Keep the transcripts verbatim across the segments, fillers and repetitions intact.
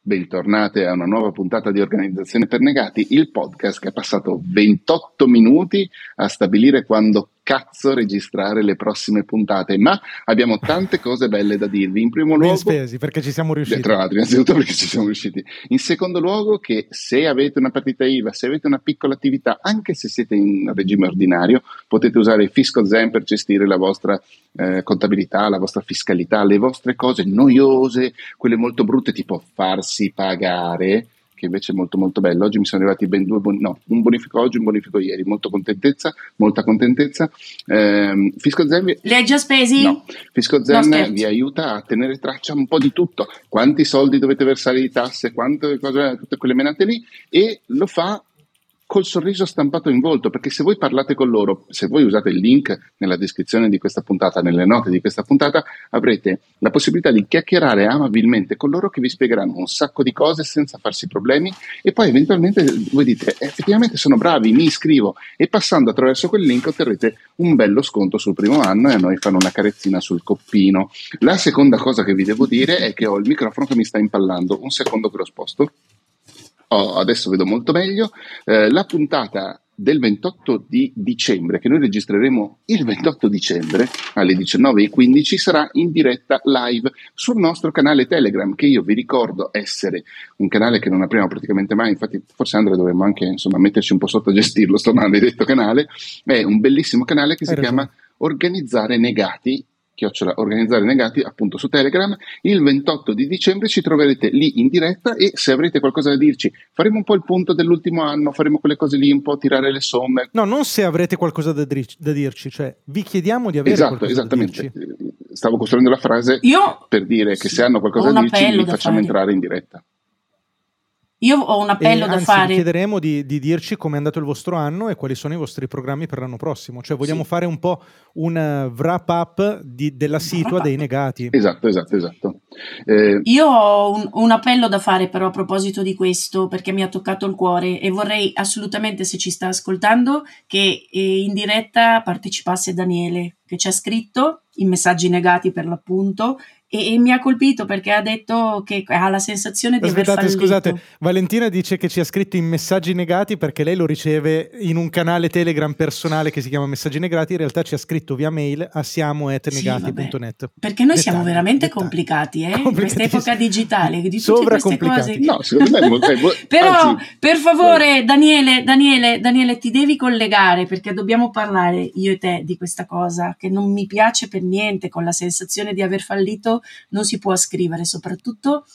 bentornate a una nuova puntata di Organizzazione per Negati, il podcast che è passato ventotto minuti a stabilire quando cazzo registrare le prossime puntate, ma abbiamo tante cose belle da dirvi. In primo ben luogo, spesi perché ci siamo riusciti. Tra l'altro, innanzitutto perché ci siamo riusciti. In secondo luogo, che se avete una partita I V A, se avete una piccola attività, anche se siete in regime ordinario, potete usare il Fisco Zen per gestire la vostra eh, contabilità, la vostra fiscalità, le vostre cose noiose, quelle molto brutte, tipo farsi pagare, che invece è molto molto bello. Oggi mi sono arrivati ben due bon- no, un bonifico oggi, un bonifico ieri, molto contentezza, molta contentezza. Eh, Fisco Zen vi... Li hai già spesi? No, Fisco Zen No, vi aiuta a tenere traccia un po' di tutto, quanti soldi dovete versare di tasse, quante cose, tutte quelle menate lì, e lo fa col sorriso stampato in volto, perché se voi parlate con loro, se voi usate il link nella descrizione di questa puntata, nelle note di questa puntata, avrete la possibilità di chiacchierare amabilmente con loro, che vi spiegheranno un sacco di cose senza farsi problemi, e poi eventualmente voi dite effettivamente sono bravi, mi iscrivo, e passando attraverso quel link otterrete un bello sconto sul primo anno e a noi fanno una carezzina sul coppino. La seconda cosa che vi devo dire è che ho il microfono che mi sta impallando. Un secondo che lo sposto. Oh, adesso vedo molto meglio. Eh, la puntata del ventotto di dicembre, che noi registreremo il ventotto dicembre alle diciannove e quindici, sarà in diretta live sul nostro canale Telegram, che io vi ricordo essere un canale che non apriamo praticamente mai. Infatti forse Andrea dovremmo anche insomma metterci un po' sotto a gestirlo, sto maledetto canale. È un bellissimo canale che si chiama Organizzare Negati, chiocciola Organizzare Negati, appunto su Telegram. Il ventotto di dicembre ci troverete lì in diretta, e se avrete qualcosa da dirci faremo un po' il punto dell'ultimo anno, faremo quelle cose lì, un po' tirare le somme. No, non se avrete qualcosa da, dir- da dirci, cioè vi chiediamo di avere esatto, qualcosa esattamente. da dirci. Stavo costruendo la frase Io per dire che se hanno qualcosa da dirci li facciamo fare. entrare in diretta. Io ho un appello e, da anzi, fare. Vi chiederemo di, di dirci come è andato il vostro anno e quali sono i vostri programmi per l'anno prossimo. Cioè vogliamo Sì. fare un po' un uh, wrap up di, della situa dei negati. Esatto, esatto, esatto. Eh, Io ho un, un appello da fare però a proposito di questo, perché mi ha toccato il cuore, e vorrei assolutamente, se ci sta ascoltando, che eh, in diretta partecipasse Daniele, che ci ha scritto in messaggi negati per l'appunto, e, e mi ha colpito perché ha detto che ha la sensazione di Aspettate, aver fallito. Scusate, Valentina dice che ci ha scritto in messaggi negati perché lei lo riceve in un canale Telegram personale che si chiama Messaggi Negati. In realtà ci ha scritto via mail a siamo at negati punto net. Sì, perché noi dettagli, siamo veramente dettagli. complicati eh? in questa epoca digitale, di tutte queste cose. No, secondo me è molto, è, però anzi, per favore eh. Daniele, Daniele, Daniele, ti devi collegare, perché dobbiamo parlare io e te di questa cosa che non mi piace per niente. Con la sensazione di aver fallito non si può scrivere, soprattutto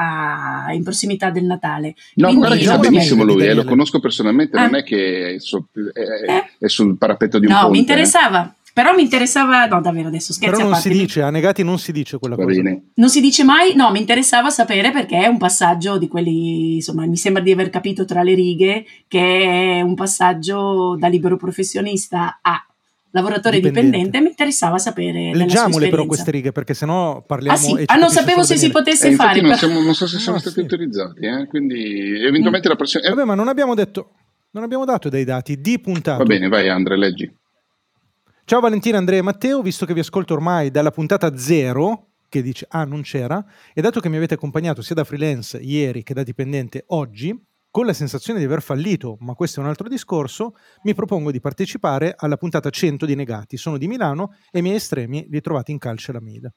a, in prossimità del Natale. No, Quindi, guarda che sa benissimo lui, eh, lo conosco personalmente, ah. non è che è, so, è, eh? è sul parapetto di un no, ponte. No, mi interessava. Eh. Però mi interessava, no davvero adesso scherzi Però non a parte, si dice, a negati non si dice quella Va cosa. Bene. Non si dice mai, no, mi interessava sapere, perché è un passaggio di quelli, insomma, mi sembra di aver capito tra le righe che è un passaggio da libero professionista a lavoratore dipendente, dipendente. Mi interessava sapere. Leggiamole però queste righe, perché sennò parliamo. Ah sì, e ah, non sapevo se si potesse eh, fare. Non, siamo, non so se siamo no, stati sì. utilizzati, eh? Quindi eventualmente mm. la prossima. Eh. Vabbè, ma non abbiamo detto, non abbiamo dato dei dati di puntata. Va bene, vai Andrea, leggi. Ciao Valentina, Andrea e Matteo, visto che vi ascolto ormai dalla puntata zero, che dice ah non c'era, e dato che mi avete accompagnato sia da freelance ieri che da dipendente oggi, con la sensazione di aver fallito, ma questo è un altro discorso, mi propongo di partecipare alla puntata cento di Negati. Sono di Milano e i miei estremi li trovate in calce la mail.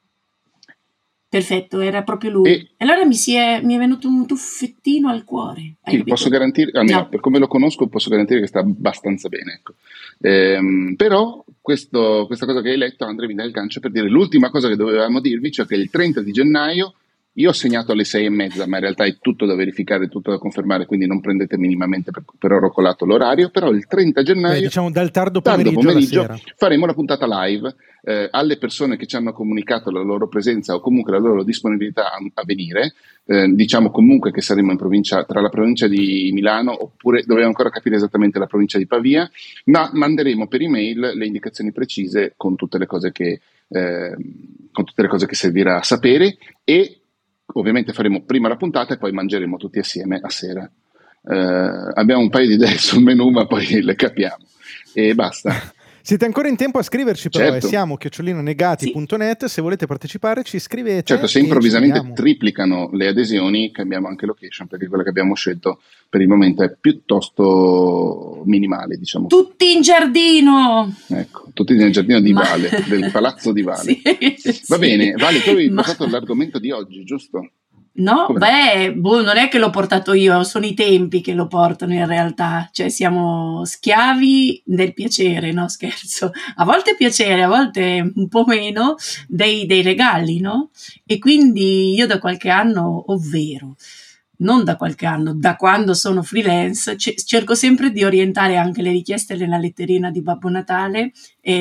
Perfetto, era proprio lui. E allora mi, si è, mi è venuto un tuffettino al cuore. Sì, posso garantire, almeno no. per come lo conosco, posso garantire che sta abbastanza bene. Ecco. Ehm, però questo, questa cosa che hai letto, Andrea, mi dà il gancio per dire l'ultima cosa che dovevamo dirvi, cioè che il trenta di gennaio io ho segnato alle sei e mezza, ma in realtà è tutto da verificare, tutto da confermare, quindi non prendete minimamente per, per oro colato l'orario. Però il trenta gennaio, Beh, diciamo dal tardo pomeriggio, tardo pomeriggio alla sera, faremo la puntata live. Eh, alle persone che ci hanno comunicato la loro presenza o comunque la loro disponibilità a, a venire, eh, diciamo comunque che saremo in provincia, tra la provincia di Milano, oppure dobbiamo ancora capire esattamente la provincia di Pavia, ma manderemo per email le indicazioni precise con tutte le cose che, eh, con tutte le cose che servirà a sapere, e ovviamente faremo prima la puntata e poi mangeremo tutti assieme a sera. Eh, abbiamo un paio di idee sul menù, ma poi le capiamo e basta. Siete ancora in tempo a scriverci, però, certo. e siamo chiocciolinonegati punto net, sì. Se volete partecipare ci scrivete. Certo, se improvvisamente triplicano le adesioni cambiamo anche location, perché quella che abbiamo scelto per il momento è piuttosto minimale, diciamo. Tutti in giardino! Ecco, tutti nel giardino di Ma... Vale, del palazzo di Vale. Sì, Va sì. bene, Vale, tu hai Ma... portato l'argomento di oggi, giusto? No, Come? beh, boh, non è che l'ho portato io, sono i tempi che lo portano in realtà, cioè siamo schiavi del piacere, no scherzo, a volte piacere, a volte un po' meno, dei, dei regali, no? E quindi io da qualche anno, ovvero, non da qualche anno, da quando sono freelance, c- cerco sempre di orientare anche le richieste nella letterina di Babbo Natale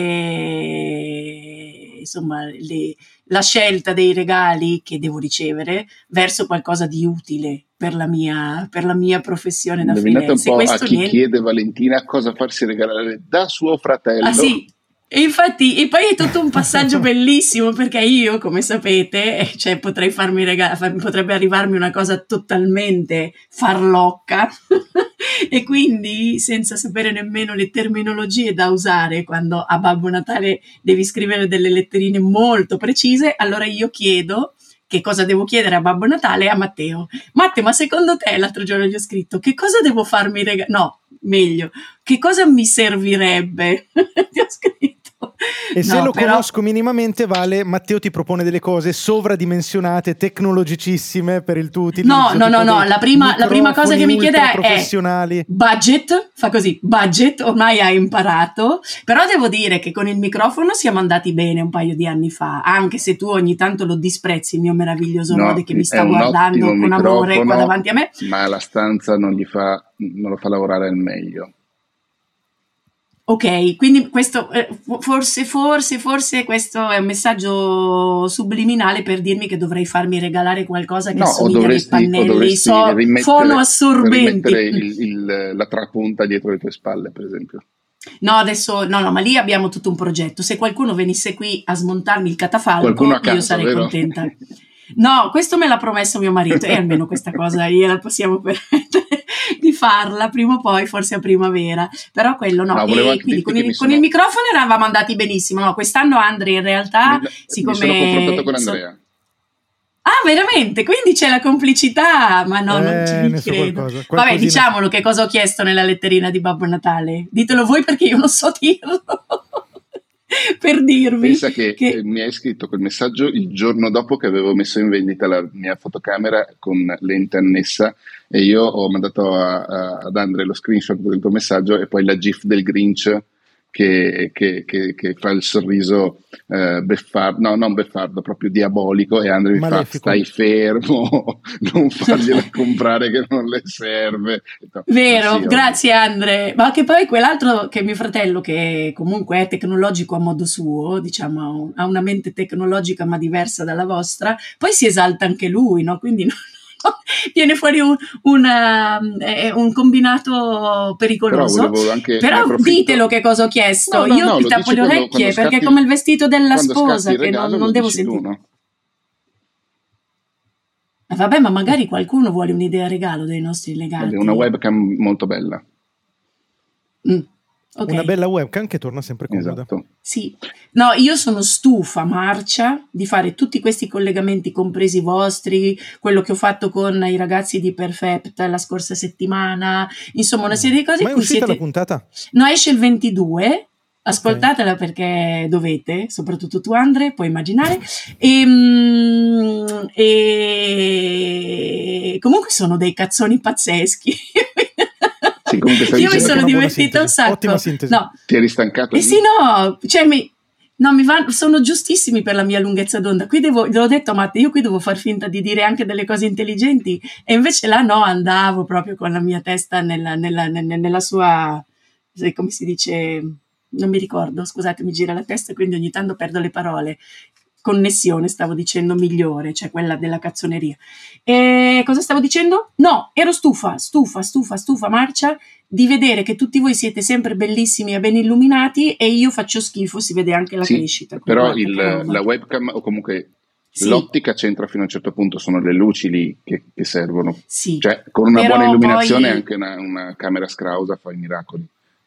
e insomma le, la scelta dei regali che devo ricevere verso qualcosa di utile per la mia, per la mia professione da Indovinate freelance. un po' E a questo chi niente... chiede Valentina cosa farsi regalare da suo fratello. Ah sì, e infatti, e poi è tutto un passaggio bellissimo, perché io, come sapete, cioè potrei farmi regalare, potrebbe arrivarmi una cosa totalmente farlocca e quindi senza sapere nemmeno le terminologie da usare quando a Babbo Natale devi scrivere delle letterine molto precise, allora io chiedo che cosa devo chiedere a Babbo Natale a Matteo. Matteo, ma secondo te, l'altro giorno gli ho scritto, che cosa devo farmi regalare? No, meglio, che cosa mi servirebbe? Ti ho scritto. E se no, lo però... conosco minimamente, Vale, Matteo ti propone delle cose sovradimensionate, tecnologicissime per il tuo utilizzo. No, no, no, no, la prima, la prima cosa che mi chiede è budget, fa così, budget, ormai hai imparato, però devo dire che con il microfono siamo andati bene un paio di anni fa, anche se tu ogni tanto lo disprezzi, il mio meraviglioso no, Rode che mi sta guardando con amore qua davanti a me. Ma la stanza non gli fa, non lo fa lavorare al meglio. Ok, quindi questo eh, forse, forse, forse questo è un messaggio subliminale per dirmi che dovrei farmi regalare qualcosa che no, assomiglia ai pannelli so, fonoassorbenti. Il, il, la trapunta dietro le tue spalle, per esempio. No, adesso, no, no, ma lì abbiamo tutto un progetto. Se qualcuno venisse qui a smontarmi il catafalco, caso, io sarei vero? contenta. No, questo me l'ha promesso mio marito e almeno questa cosa gliela possiamo permettere di farla prima o poi, forse a primavera, però quello no, no e quindi con, il, con sono... il microfono eravamo andati benissimo, no, quest'anno Andre in realtà mi, siccome... mi sono confrontato con Andrea. Ah, veramente? Quindi c'è la complicità? Ma no, eh, non ci ne so credo. Qualcosa, Vabbè, diciamolo che cosa ho chiesto nella letterina di Babbo Natale. Ditelo voi perché io non so dirlo. Per dirvi. Pensa che, che... mi hai scritto quel messaggio il giorno dopo che avevo messo in vendita la mia fotocamera con lente annessa e io ho mandato a, a, ad Andre lo screenshot del tuo messaggio e poi la gif del Grinch che, che, che, che fa il sorriso eh, beffardo, no non beffardo, proprio diabolico, e Andre mi fa: stai fermo, non fargliela comprare che non le serve. Vero, sì, grazie Andre, ma che poi quell'altro che mio fratello, che comunque è tecnologico a modo suo, diciamo ha una mente tecnologica ma diversa dalla vostra, poi si esalta anche lui, no? Quindi no, no, viene fuori un, una, eh, un combinato pericoloso. Però, anche però ditelo che cosa ho chiesto. No, no, io no, ti tappo le orecchie quando perché è come il vestito della sposa che regalo, non, non devo sentire tu, no? Ah, vabbè, ma magari qualcuno vuole un'idea regalo dei nostri legati. Una webcam molto bella. Mm, okay. Una bella webcam che torna sempre comoda. Esatto. Sì. No, io sono stufa, Marcia, di fare tutti questi collegamenti, compresi vostri, quello che ho fatto con i ragazzi di Perfect la scorsa settimana, insomma una serie di cose. Ma è uscita siete... la puntata? No, esce il ventidue. Ascoltatela, okay, perché dovete, soprattutto tu Andre, puoi immaginare. E, e comunque sono dei cazzoni pazzeschi. Sì, io mi sono divertita un sacco. Ottima sintesi. No. Ti eri stancato? Eh sì, no, cioè mi, no, mi va, sono giustissimi per la mia lunghezza d'onda. Qui devo, l'ho detto a Matteo, io qui devo far finta di dire anche delle cose intelligenti e invece là no, andavo proprio con la mia testa nella, nella, nella, nella sua, come si dice... non mi ricordo, scusate, mi gira la testa, quindi ogni tanto perdo le parole. Connessione, stavo dicendo, migliore, cioè quella della cazzoneria. E cosa stavo dicendo? No, ero stufa, stufa, stufa, stufa, Marcia, di vedere che tutti voi siete sempre bellissimi e ben illuminati e io faccio schifo, si vede anche la sì, crescita. Però il, la webcam, o comunque sì, l'ottica c'entra fino a un certo punto, sono le luci lì che, che servono. Sì, cioè, con una buona illuminazione poi... anche una, una camera scrausa fa i miracoli.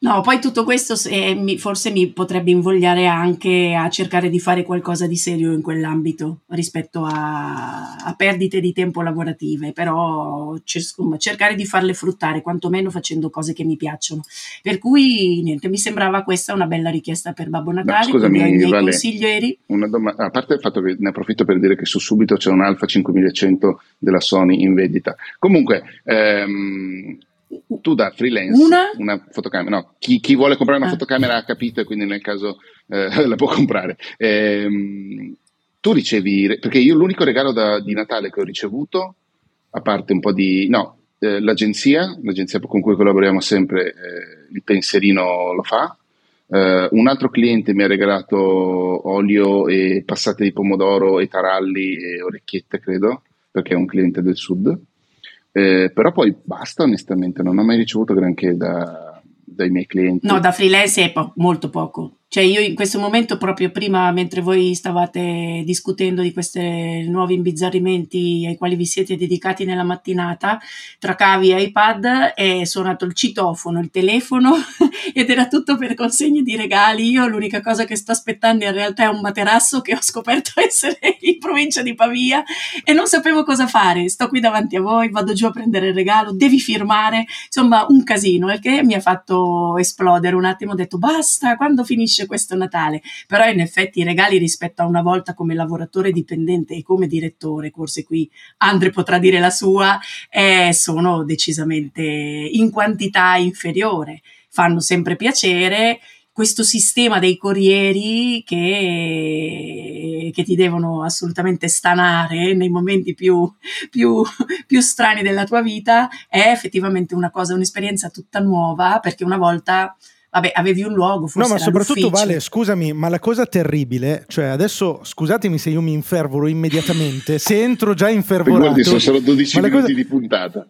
No, poi tutto questo se- mi- forse mi potrebbe invogliare anche a cercare di fare qualcosa di serio in quell'ambito rispetto a, a perdite di tempo lavorative, però cer- insomma, cercare di farle fruttare, quantomeno facendo cose che mi piacciono. Per cui niente, mi sembrava questa una bella richiesta per Babbo No, Natale, quindi ho i scusami, miei Vale, consiglieri. una doma- a parte il fatto che ne approfitto per dire che su Subito c'è un Alpha cinquemilacento della Sony in vendita. Comunque, ehm, tu da freelance, Una? una fotocamera, no, chi, chi vuole comprare una Ah. fotocamera ha capito e quindi nel caso eh, la può comprare. Ehm, tu ricevi, perché io l'unico regalo da- di Natale che ho ricevuto, a parte un po' di, no, eh, l'agenzia, l'agenzia con cui collaboriamo sempre, eh, il pensierino lo fa. Eh, un altro cliente mi ha regalato olio e passate di pomodoro e taralli e orecchiette, credo, perché è un cliente del sud. Eh, però poi basta, onestamente, non ho mai ricevuto granché da- dai miei clienti. No, da freelance è po- molto poco. Cioè io in questo momento, proprio prima, mentre voi stavate discutendo di questi nuovi imbizzarrimenti ai quali vi siete dedicati nella mattinata, tra cavi e iPad, è suonato il citofono, il telefono ed era tutto per consegne di regali. Io l'unica cosa che sto aspettando in realtà è un materasso che ho scoperto essere in provincia di Pavia e non sapevo cosa fare. Sto qui davanti a voi, vado giù a prendere il regalo, devi firmare, insomma un casino, il che mi ha fatto esplodere un attimo. Ho detto basta, quando finisce questo Natale? Però in effetti i regali rispetto a una volta come lavoratore dipendente e come direttore, forse qui Andre potrà dire la sua, eh, sono decisamente in quantità inferiore, fanno sempre piacere. Questo sistema dei corrieri che, che ti devono assolutamente stanare nei momenti più, più, più strani della tua vita è effettivamente una cosa, un'esperienza tutta nuova, perché una volta, vabbè, avevi un luogo, forse No, ma era soprattutto l'ufficio. Vale, scusami, ma la cosa terribile, cioè adesso scusatemi se io mi infervoro immediatamente, se entro già infervorato. Figurati, sono solo dodici ma la minuti cosa- di puntata.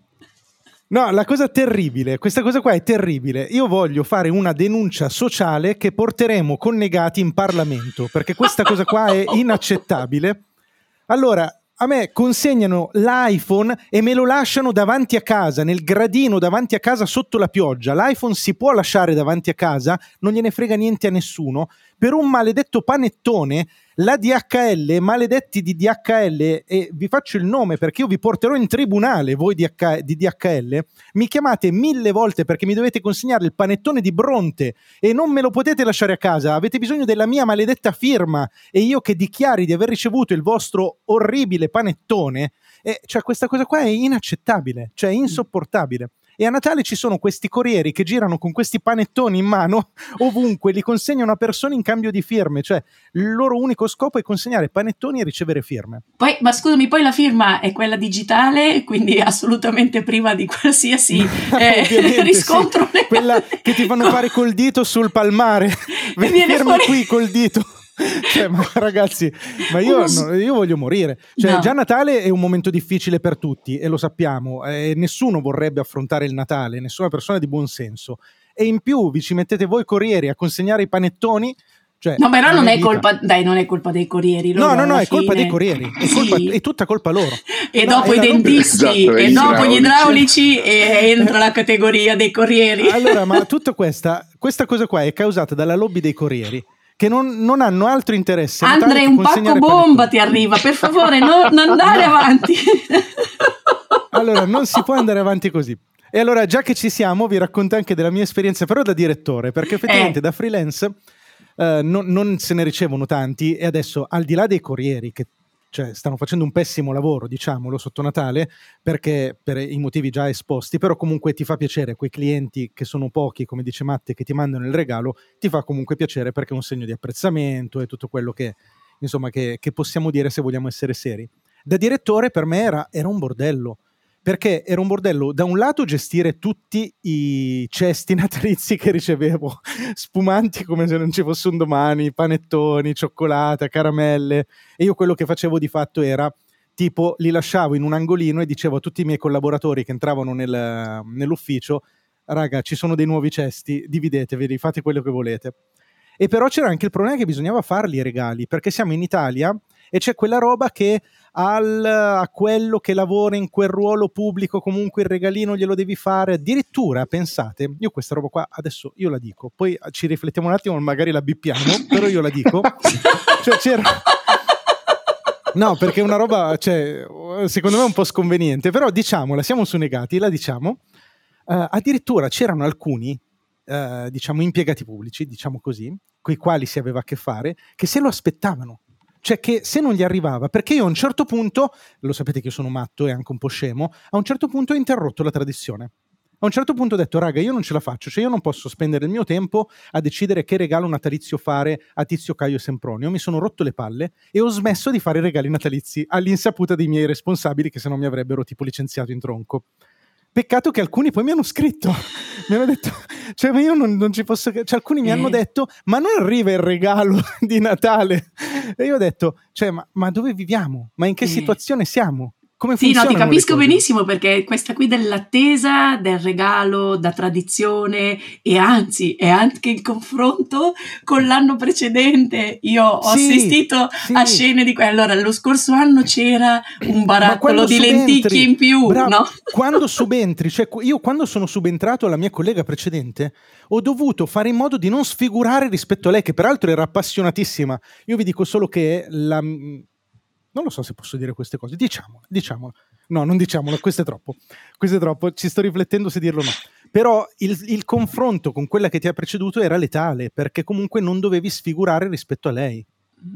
No, la cosa terribile, questa cosa qua è terribile. Io voglio fare una denuncia sociale che porteremo connegati in Parlamento, perché questa cosa qua è inaccettabile. Allora, a me consegnano l'iPhone e me lo lasciano davanti a casa, nel gradino davanti a casa sotto la pioggia. L'iPhone si può lasciare davanti a casa, non gliene frega niente a nessuno. Per un maledetto panettone, la D H L, maledetti di D H L, e vi faccio il nome perché io vi porterò in tribunale, voi di, H- di D H L, mi chiamate mille volte perché mi dovete consegnare il panettone di Bronte e non me lo potete lasciare a casa, avete bisogno della mia maledetta firma e io che dichiari di aver ricevuto il vostro orribile panettone, e cioè questa cosa qua è inaccettabile, cioè è insopportabile. E a Natale ci sono questi corrieri che girano con questi panettoni in mano ovunque, li consegnano a persone in cambio di firme, cioè il loro unico scopo è consegnare panettoni e ricevere firme. Poi, ma scusami, poi la firma è quella digitale, quindi assolutamente priva di qualsiasi eh, Ovviamente riscontro. sì. Quella che ti fanno fare col dito sul palmare. E viene Firmi fuori- qui col dito. Cioè, ma ragazzi, ma io, Uno s- no, io voglio morire. Cioè, No. già Natale è un momento difficile per tutti e lo sappiamo. E nessuno vorrebbe affrontare il Natale, nessuna persona di buon senso. E in più vi ci mettete voi corrieri a consegnare i panettoni. Cioè, No, però non è vita. colpa, dai, non è colpa dei corrieri. No, loro no, no, alla è colpa fine- dei corrieri. È, Sì. colpa, è tutta colpa loro. E No, dopo è i la roba- dentisti Esatto, e gli dopo gli idraulici. idraulici e entra la categoria dei corrieri. Allora, ma tutta questa, questa cosa qua è causata dalla lobby dei corrieri che non, non hanno altro interesse. a Natale Andre, che un pacco consegnare bomba panettoni. ti arriva, per favore, no- non andare No. avanti. Allora, non si può andare avanti così. E allora, già che ci siamo, vi racconto anche della mia esperienza, però da direttore, perché effettivamente Eh. da freelance eh, non, non se ne ricevono tanti e adesso, al di là dei corrieri, che cioè, stanno facendo un pessimo lavoro, diciamolo, sotto Natale, perché per i motivi già esposti, però comunque ti fa piacere quei clienti che sono pochi, come dice Matte, che ti mandano il regalo, ti fa comunque piacere perché è un segno di apprezzamento e tutto quello che, insomma, che, che possiamo dire se vogliamo essere seri. Da direttore per me era, era un bordello, perché era un bordello da un lato gestire tutti i cesti natalizi che ricevevo, spumanti come se non ci fosse un domani, panettoni, cioccolata, caramelle, e io quello che facevo di fatto era tipo li lasciavo in un angolino e dicevo a tutti i miei collaboratori che entravano nel, nell'ufficio: raga, ci sono dei nuovi cesti, divideteveli, fate quello che volete. E però c'era anche il problema che bisognava farli i regali, perché siamo in Italia e c'è quella roba che al, a quello che lavora in quel ruolo pubblico comunque il regalino glielo devi fare, addirittura pensate, io questa roba qua adesso io la dico, poi ci riflettiamo un attimo, magari la bippiamo, però io la dico, cioè c'era no, perché è una roba, cioè, secondo me è un po' sconveniente, però diciamola, siamo su Negati, la diciamo, uh, addirittura c'erano alcuni uh, diciamo impiegati pubblici, diciamo così, coi quali si aveva a che fare, che se lo aspettavano. Cioè che se non gli arrivava, perché io a un certo punto, lo sapete che io sono matto e anche un po' scemo, a un certo punto ho interrotto la tradizione. A un certo punto ho detto, raga, io non ce la faccio, cioè io non posso spendere il mio tempo a decidere che regalo natalizio fare a Tizio, Caio e Sempronio. Mi sono rotto le palle e ho smesso di fare regali natalizi all'insaputa dei miei responsabili, che se no mi avrebbero tipo licenziato in tronco. Peccato che alcuni poi mi hanno scritto, mi hanno detto, cioè ma io non, non ci posso, cioè alcuni mi hanno detto, ma non arriva il regalo di Natale? E io ho detto, cioè ma, ma dove viviamo? Ma in che situazione siamo? Come sì, no, ti funzionano le capisco cose? benissimo, perché questa qui dell'attesa, del regalo, da tradizione, e anzi è anche il confronto con l'anno precedente. Io ho Sì, assistito sì. a scene di quello. Allora, lo scorso anno c'era un barattolo di subentri, lenticchie in più, bravo, no? Quando subentri, cioè io quando sono subentrato alla mia collega precedente, ho dovuto fare in modo di non sfigurare rispetto a lei, che peraltro era appassionatissima. Io vi dico solo che la... non lo so se posso dire queste cose, diciamolo, diciamolo. No, non diciamolo, questo è troppo. Questo è troppo, ci sto riflettendo se dirlo o no. Però il, il confronto con quella che ti ha preceduto era letale, perché comunque non dovevi sfigurare rispetto a lei.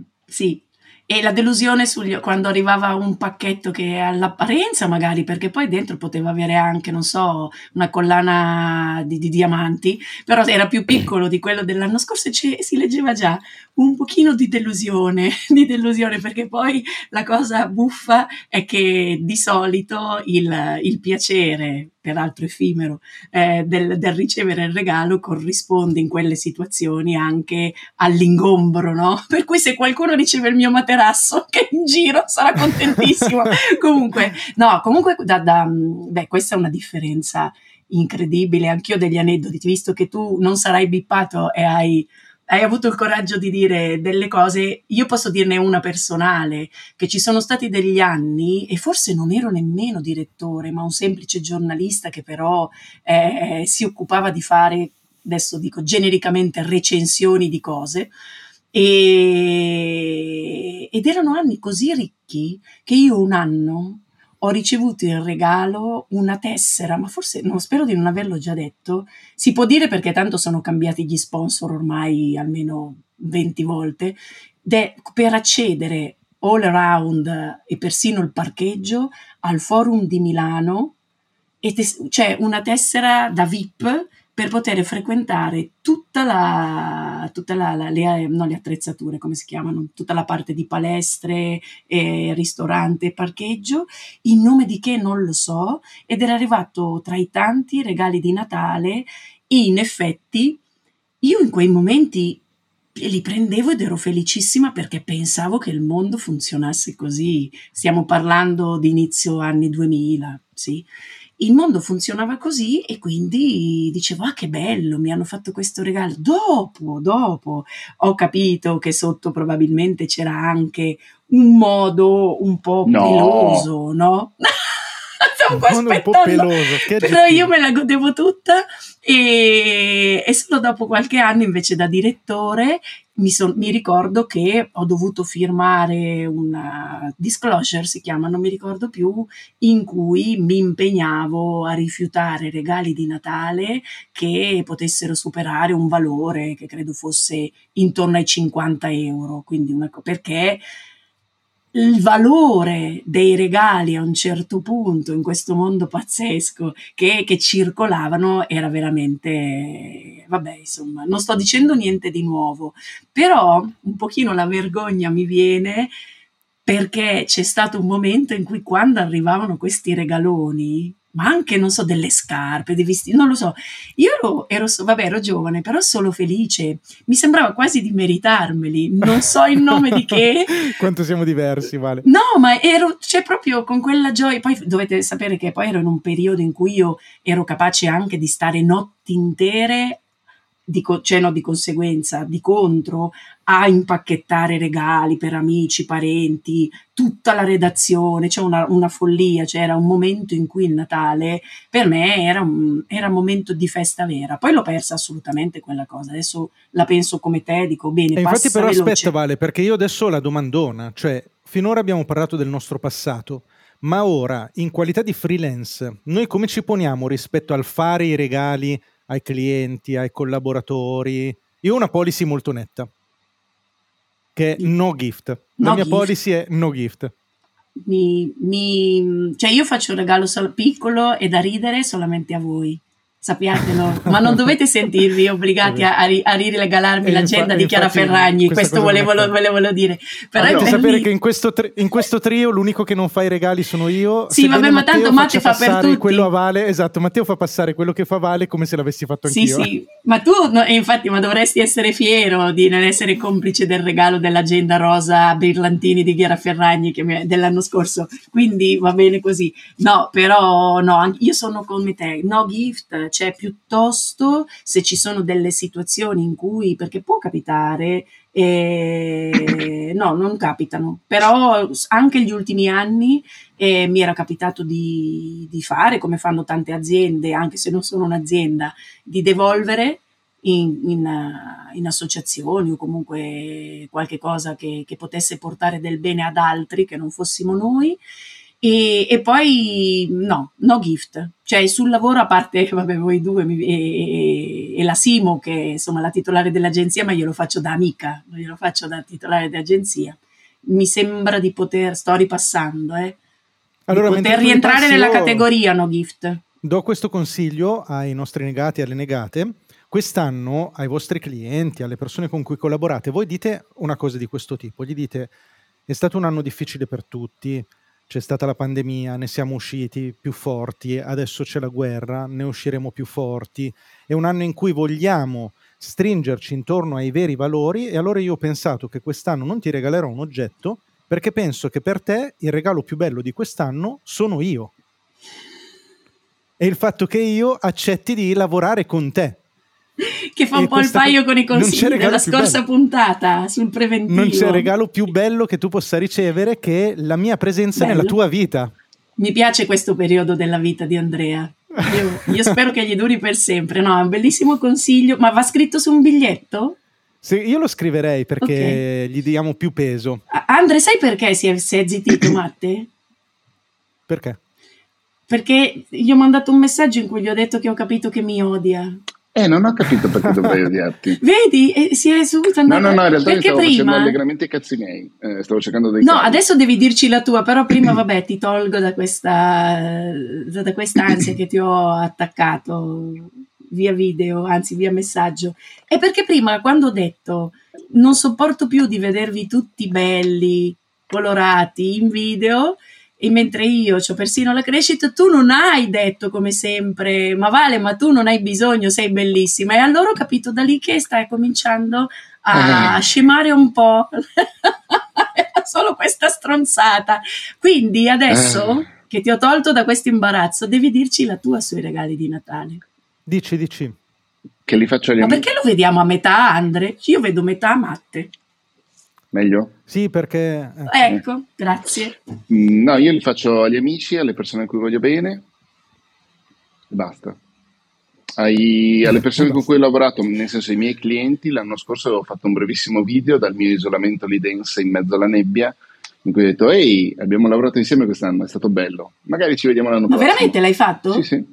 Sì. E la delusione sugli, quando arrivava un pacchetto che all'apparenza magari, perché poi dentro poteva avere anche, non so, una collana di, di diamanti, però era più piccolo di quello dell'anno scorso e si leggeva già un pochino di delusione, di delusione, perché poi la cosa buffa è che di solito il, il piacere, peraltro effimero, eh, del, del ricevere il regalo corrisponde in quelle situazioni anche all'ingombro, no? Per cui se qualcuno riceve il mio materasso, che in giro sarà contentissimo. Comunque, no, comunque, da, da, beh, questa è una differenza incredibile. Anch'io ho degli aneddoti, visto che tu non sarai bippato e hai... hai avuto il coraggio di dire delle cose, io posso dirne una personale, che ci sono stati degli anni, e forse non ero nemmeno direttore, ma un semplice giornalista che però eh, si occupava di fare, adesso dico genericamente, recensioni di cose, e, ed erano anni così ricchi che io un anno ho ricevuto in regalo una tessera, ma forse, non spero di non averlo già detto, si può dire perché tanto sono cambiati gli sponsor ormai almeno venti volte, de, per accedere all around e persino il parcheggio al Forum di Milano, e tes- c'è una tessera da V I P per poter frequentare tutta la, tutta la, la le, non le attrezzature, come si chiamano, tutta la parte di palestre, e ristorante e parcheggio, in nome di che non lo so, ed era arrivato tra i tanti regali di Natale, e in effetti io in quei momenti li prendevo ed ero felicissima perché pensavo che il mondo funzionasse così. Stiamo parlando di inizio anni duemila, sì. Il mondo funzionava così e quindi dicevo, ah che bello, mi hanno fatto questo regalo. Dopo, dopo ho capito che sotto probabilmente c'era anche un modo un po' No. peloso, no? Stavo qua Un po' aspettando, peloso, che però aggettivo. io me la godevo tutta, e, e solo dopo qualche anno invece da direttore mi, son, mi ricordo che ho dovuto firmare una disclosure, si chiama, non mi ricordo più, in cui mi impegnavo a rifiutare regali di Natale che potessero superare un valore che credo fosse intorno ai cinquanta euro, quindi una, perché il valore dei regali a un certo punto in questo mondo pazzesco che, che circolavano era veramente, vabbè, insomma, non sto dicendo niente di nuovo, però un pochino la vergogna mi viene perché c'è stato un momento in cui quando arrivavano questi regaloni, ma anche, non so, delle scarpe, dei vestiti, non lo so, io ero, ero, vabbè, ero giovane, però solo felice, mi sembrava quasi di meritarmeli, non so in nome di che. Quanto siamo diversi, Vale. No, ma ero, cioè proprio con quella gioia, poi dovete sapere che poi ero in un periodo in cui io ero capace anche di stare notti intere di, co- cioè no, di conseguenza, di contro, a impacchettare regali per amici, parenti, tutta la redazione, c'è una, una follia, cioè era un momento in cui il Natale per me era un, era un momento di festa vera. Poi l'ho persa assolutamente quella cosa, adesso la penso come te, dico bene, E infatti passa però veloce. aspetta Vale, perché io adesso ho la domandona, cioè finora abbiamo parlato del nostro passato, ma ora in qualità di freelance noi come ci poniamo rispetto al fare i regali ai clienti, ai collaboratori? Io ho una policy molto netta, che è no gift. La No mia gift. policy è no gift. Mi, mi, cioè io faccio un regalo solo piccolo e da ridere solamente a voi, sappiatelo, ma non dovete sentirvi obbligati a, a, ri, a riregalarmi E l'agenda infa- di Chiara infatti Ferragni, questa questo cosa volevo, non è lo, volevo dire. Però Dovete è sapere belli- che in questo, tri- in questo trio l'unico che non fa i regali sono io. Sì, sebbene vabbè, ma tanto Matteo Matte faccia fa per passare tutti. quello a Vale, esatto, Matteo fa passare quello che fa Vale come se l'avessi fatto Sì, anch'io. sì, ma tu, no, e infatti, ma dovresti essere fiero di non essere complice del regalo dell'agenda rosa Brillantini di Chiara Ferragni che mi è- dell'anno scorso, quindi va bene così. No, però no, an- io sono come te, no gift, cioè piuttosto se ci sono delle situazioni in cui, perché può capitare, eh, no, non capitano, però s- anche gli ultimi anni eh, mi era capitato di, di fare, come fanno tante aziende, anche se non sono un'azienda, di devolvere in, in, eh, in associazioni o comunque qualche cosa che, che potesse portare del bene ad altri che non fossimo noi. E, e poi no, no gift, cioè sul lavoro, a parte vabbè, voi due mi- e, e- e la Simo che insomma la titolare dell'agenzia, ma io lo faccio da amica, non glielo faccio da titolare dell'agenzia. Mi sembra di poter, sto ripassando, eh, Allora, di mentre poter tu rientrare ripassi, nella io categoria no gift. do questo consiglio ai nostri negati e alle negate. Quest'anno ai vostri clienti, alle persone con cui collaborate, voi dite una cosa di questo tipo, gli dite: è stato un anno difficile per tutti, c'è stata la pandemia, ne siamo usciti più forti, adesso c'è la guerra, ne usciremo più forti, è un anno in cui vogliamo stringerci intorno ai veri valori, e allora io ho pensato che quest'anno non ti regalerò un oggetto, perché penso che per te il regalo più bello di quest'anno sono io. E il fatto che io accetti di lavorare con te. Che fa E un po' il questa- paio con i non c'è consigli regalo della più scorsa bello. puntata sul preventivo. Non c'è regalo più bello che tu possa ricevere che la mia presenza Bello. nella tua vita. Mi piace questo periodo della vita di Andrea. Io, io spero che gli duri per sempre. No, è un bellissimo consiglio. Ma va scritto su un biglietto? Se io lo scriverei perché gli diamo più peso. A- Andre, sai perché si è, si è zittito, Matte? Perché? Perché gli ho mandato un messaggio in cui gli ho detto che ho capito che mi odia. Eh, non ho capito perché dovrei odiarti. Vedi? E si è subito No, andato. no, no, in realtà mi Perché stavo facendo prima? allegramente i cazzi miei. Eh, stavo cercando dei No, cavi. adesso devi dirci la tua, però prima vabbè ti tolgo da questa da questa ansia che ti ho attaccato via video, anzi via messaggio. È perché prima quando ho detto non sopporto più di vedervi tutti belli, colorati in video, e mentre io c'ho persino la crescita, tu non hai detto come sempre, ma Vale, ma tu non hai bisogno, sei bellissima. E allora ho capito da lì che stai cominciando a Eh. scemare un po'. Era solo questa stronzata. Quindi adesso Eh. che ti ho tolto da questo imbarazzo, devi dirci la tua sui regali di Natale. Dici, dici. Che li faccio agli Ma amici? perché lo vediamo a metà, Andre? Io vedo metà Matte. Meglio? Sì, perché... eh. Ecco, grazie. Mm, No, io li faccio agli amici, alle persone a cui voglio bene e basta. Ai- alle persone con cui ho lavorato, nel senso ai miei clienti, l'anno scorso avevo fatto un brevissimo video dal mio isolamento lidense in mezzo alla nebbia, in cui ho detto: ehi, abbiamo lavorato insieme quest'anno, è stato bello, magari ci vediamo l'anno Ma prossimo. veramente l'hai fatto? Sì, sì.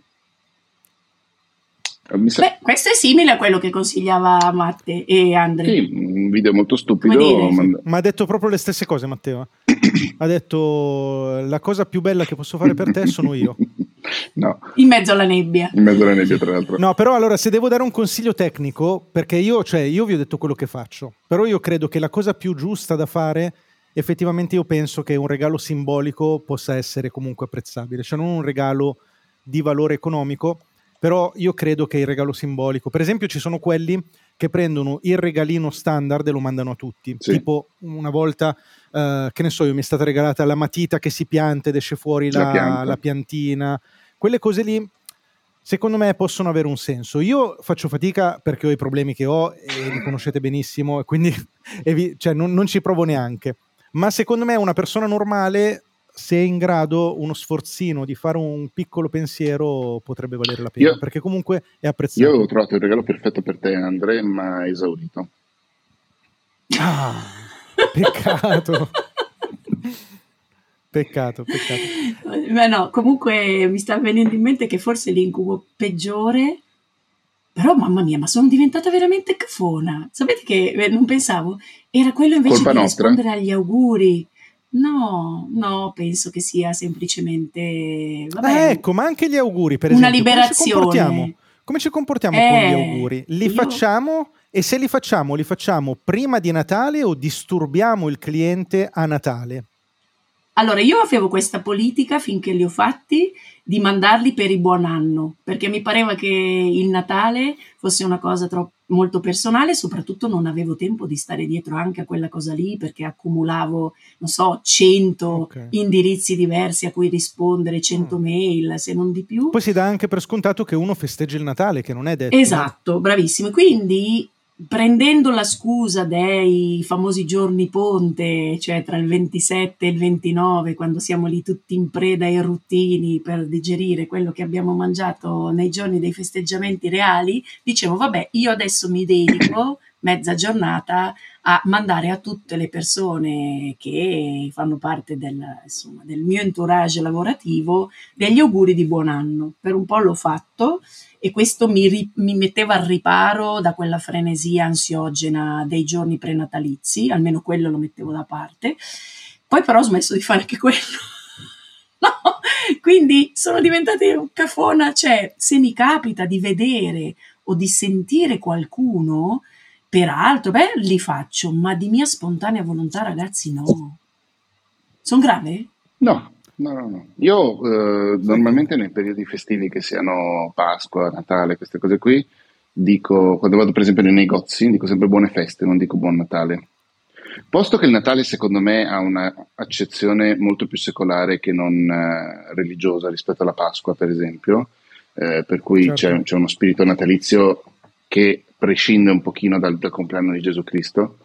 Mi sa- Beh, questo è simile a quello che consigliava Matte e Andre. sì, un video molto stupido. Come dire? mand- Ma ha detto proprio le stesse cose, Matteo. Ha detto: la cosa più bella che posso fare per te sono io. No, In mezzo alla nebbia. in mezzo alla nebbia, tra l'altro. No, però allora se devo dare un consiglio tecnico, perché io, cioè, io vi ho detto quello che faccio, però io credo che la cosa più giusta da fare, effettivamente io penso che un regalo simbolico possa essere comunque apprezzabile, cioè non un regalo di valore economico, però io credo che il regalo simbolico, per esempio ci sono quelli che prendono il regalino standard e lo mandano a tutti, Sì. tipo una volta, eh, che ne so io, mi è stata regalata la matita che si pianta ed esce fuori La la, pianta. la piantina, quelle cose lì secondo me possono avere un senso. Io faccio fatica perché ho i problemi che ho e li conoscete benissimo, e quindi e vi, cioè, non, non ci provo neanche. Ma secondo me una persona normale, se è in grado, uno sforzino di fare un piccolo pensiero potrebbe valere la pena, Io, perché comunque è io apprezzato. avevo trovato il regalo perfetto per te, Andre, ma esaurito. Ah, peccato. Peccato, peccato. Beh, no, comunque mi sta venendo in mente che forse l'incubo peggiore, però mamma mia, ma sono diventata veramente cafona. Sapete che eh, non pensavo? Era quello invece Colpa di nostra? rispondere agli auguri. No, no, penso che sia semplicemente, Ah, vabbè, ecco, ma anche gli auguri, per una esempio, come ci comportiamo? liberazione. Come ci comportiamo con gli Eh, auguri? Li io... facciamo, e se li facciamo, li facciamo prima di Natale o disturbiamo il cliente a Natale? Allora, io avevo questa politica finché li ho fatti di mandarli per il buon anno, perché mi pareva che il Natale fosse una cosa troppo, molto personale, soprattutto non avevo tempo di stare dietro anche a quella cosa lì, perché accumulavo, non so, cento Ok. indirizzi diversi a cui rispondere, cento Mm. mail, se non di più. Poi si dà anche per scontato che uno festeggi il Natale, che non è detto. eh. Esatto, bravissimo. Quindi, prendendo la scusa dei famosi giorni ponte, cioè tra il ventisette e il ventinove, quando siamo lì tutti in preda ai ruttini per digerire quello che abbiamo mangiato nei giorni dei festeggiamenti reali, dicevo, vabbè, io adesso mi dedico mezza giornata a mandare a tutte le persone che fanno parte del, insomma, del mio entourage lavorativo degli auguri di buon anno. Per un po' l'ho fatto, e questo mi, ri- mi metteva al riparo da quella frenesia ansiogena dei giorni prenatalizi, almeno quello lo mettevo da parte. Poi però ho smesso di fare anche quello. No, quindi sono diventata un cafona, cioè se mi capita di vedere o di sentire qualcuno, peraltro, beh, li faccio, ma di mia spontanea volontà, ragazzi, no. Sono grave? No, no, no, no. Io eh, Sai che- normalmente nei periodi festivi, che siano Pasqua, Natale, queste cose qui, dico, quando vado per esempio nei negozi, dico sempre buone feste, non dico buon Natale. Posto che il Natale secondo me ha una accezione molto più secolare che non eh, religiosa rispetto alla Pasqua, per esempio, eh, per cui Certo. c'è, c'è uno spirito natalizio che prescinde un pochino dal, dal compleanno di Gesù Cristo.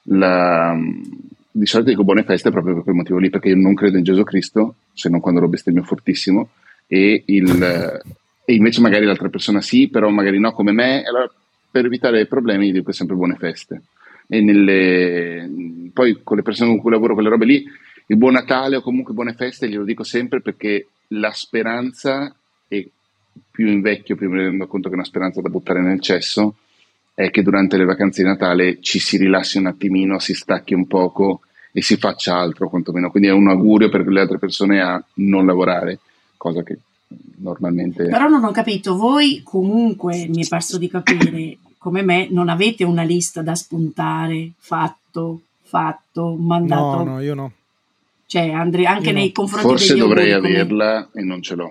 La- di solito dico buone feste proprio per quel motivo lì, perché io non credo in Gesù Cristo, se non quando lo bestemmio fortissimo, e, il, e invece magari l'altra persona sì, però magari no come me, e allora per evitare problemi dico sempre buone feste. E nelle, poi con le persone con cui lavoro, quelle robe lì, il buon Natale o comunque buone feste glielo dico sempre, perché la speranza, e più invecchio più mi rendo conto che è una speranza da buttare nel cesso, è che durante le vacanze di Natale ci si rilassi un attimino, si stacchi un poco e si faccia altro quantomeno. Quindi è un augurio per le altre persone a non lavorare, cosa che normalmente... Però non ho capito, voi comunque, mi è parso di capire, come me, non avete una lista da spuntare, fatto, fatto, mandato, No, no, io no. cioè Andre, anche Io no. nei confronti Forse degli dovrei auguri, come... averla e non ce l'ho.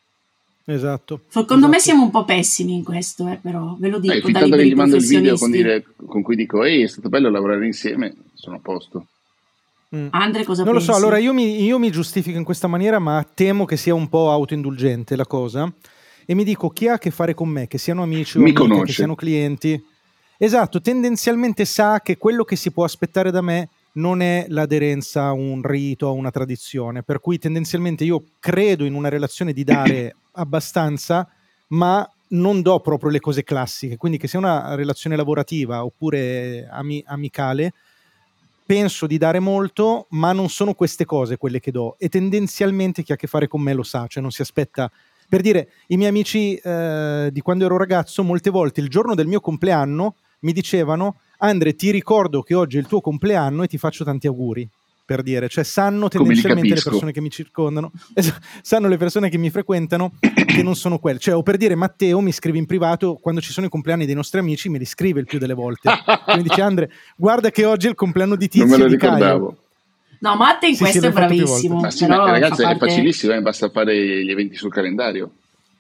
Esatto. Secondo me esatto. siamo un po' pessimi in questo, eh, però, ve lo Eh, dico, fin da tanto che liberi gli mando il video con, professionisti. dire, con cui dico ehi, è stato bello lavorare insieme, sono a posto. Mm. Andre, cosa Non lo pensi? so, allora io mi, io mi giustifico in questa maniera, ma temo che sia un po' autoindulgente la cosa, e mi dico chi ha a che fare con me, che siano amici o Mi amiche, che conosce. siano clienti, esatto, tendenzialmente sa che quello che si può aspettare da me non è l'aderenza a un rito, a una tradizione, per cui tendenzialmente io credo in una relazione di dare abbastanza, ma non do proprio le cose classiche, quindi che sia una relazione lavorativa oppure ami- amicale, penso di dare molto, ma non sono queste cose quelle che do, e tendenzialmente chi ha a che fare con me lo sa, cioè non si aspetta. Per dire, i miei amici eh, di quando ero ragazzo, molte volte il giorno del mio compleanno mi dicevano: Andre, ti ricordo che oggi è il tuo compleanno e ti faccio tanti auguri, per dire, cioè sanno Come li tendenzialmente le capisco. persone che mi circondano, sanno le persone che mi frequentano che non sono quelle, cioè, o per dire, Matteo mi scrive in privato quando ci sono i compleanni dei nostri amici, me li scrive il più delle volte, cioè, mi dice: Andre, guarda che oggi è il compleanno di Non me Tizio lo e di Caio. ricordavo. No, Matte in Sì, sì, questo l'ho è fatto più volte. bravissimo, Ma sì, ma però fa ragazzi, è parte... facilissimo, eh, basta fare gli eventi sul calendario.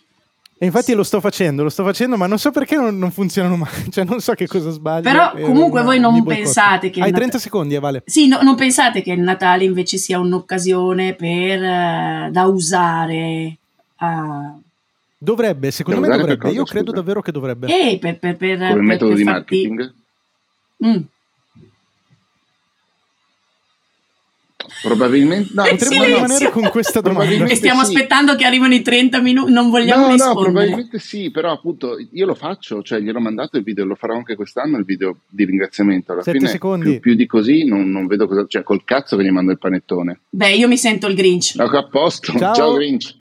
E infatti lo sto facendo, lo sto facendo, ma non so perché non, non funzionano mai, cioè non so che cosa sbaglio. Però e comunque una- voi mi non boicotta. pensate che... il Hai Nat- trenta secondi, eh, Vale. Sì, no- non pensate che il Natale invece sia un'occasione per, eh, da usare a- Dovrebbe, secondo Devo me dare per dovrebbe, cosa, io credo scusa? davvero che dovrebbe. E per, per, per, Come per- metodo per di farti- marketing? Probabilmente no, Potremmo silenzio. rimanere con questa domanda. Probabilmente E stiamo sì. aspettando che arrivino i trenta minuti, non vogliamo No, no, rispondere. probabilmente sì, però appunto io lo faccio, cioè gliel'ho mandato il video, lo farò anche quest'anno, il video di ringraziamento. Alla Sette fine secondi. più, più di così non, non vedo cosa, cioè col cazzo che gli mando il panettone. Beh, io mi sento il Grinch. Ecco, a posto, Ciao. ciao Grinch.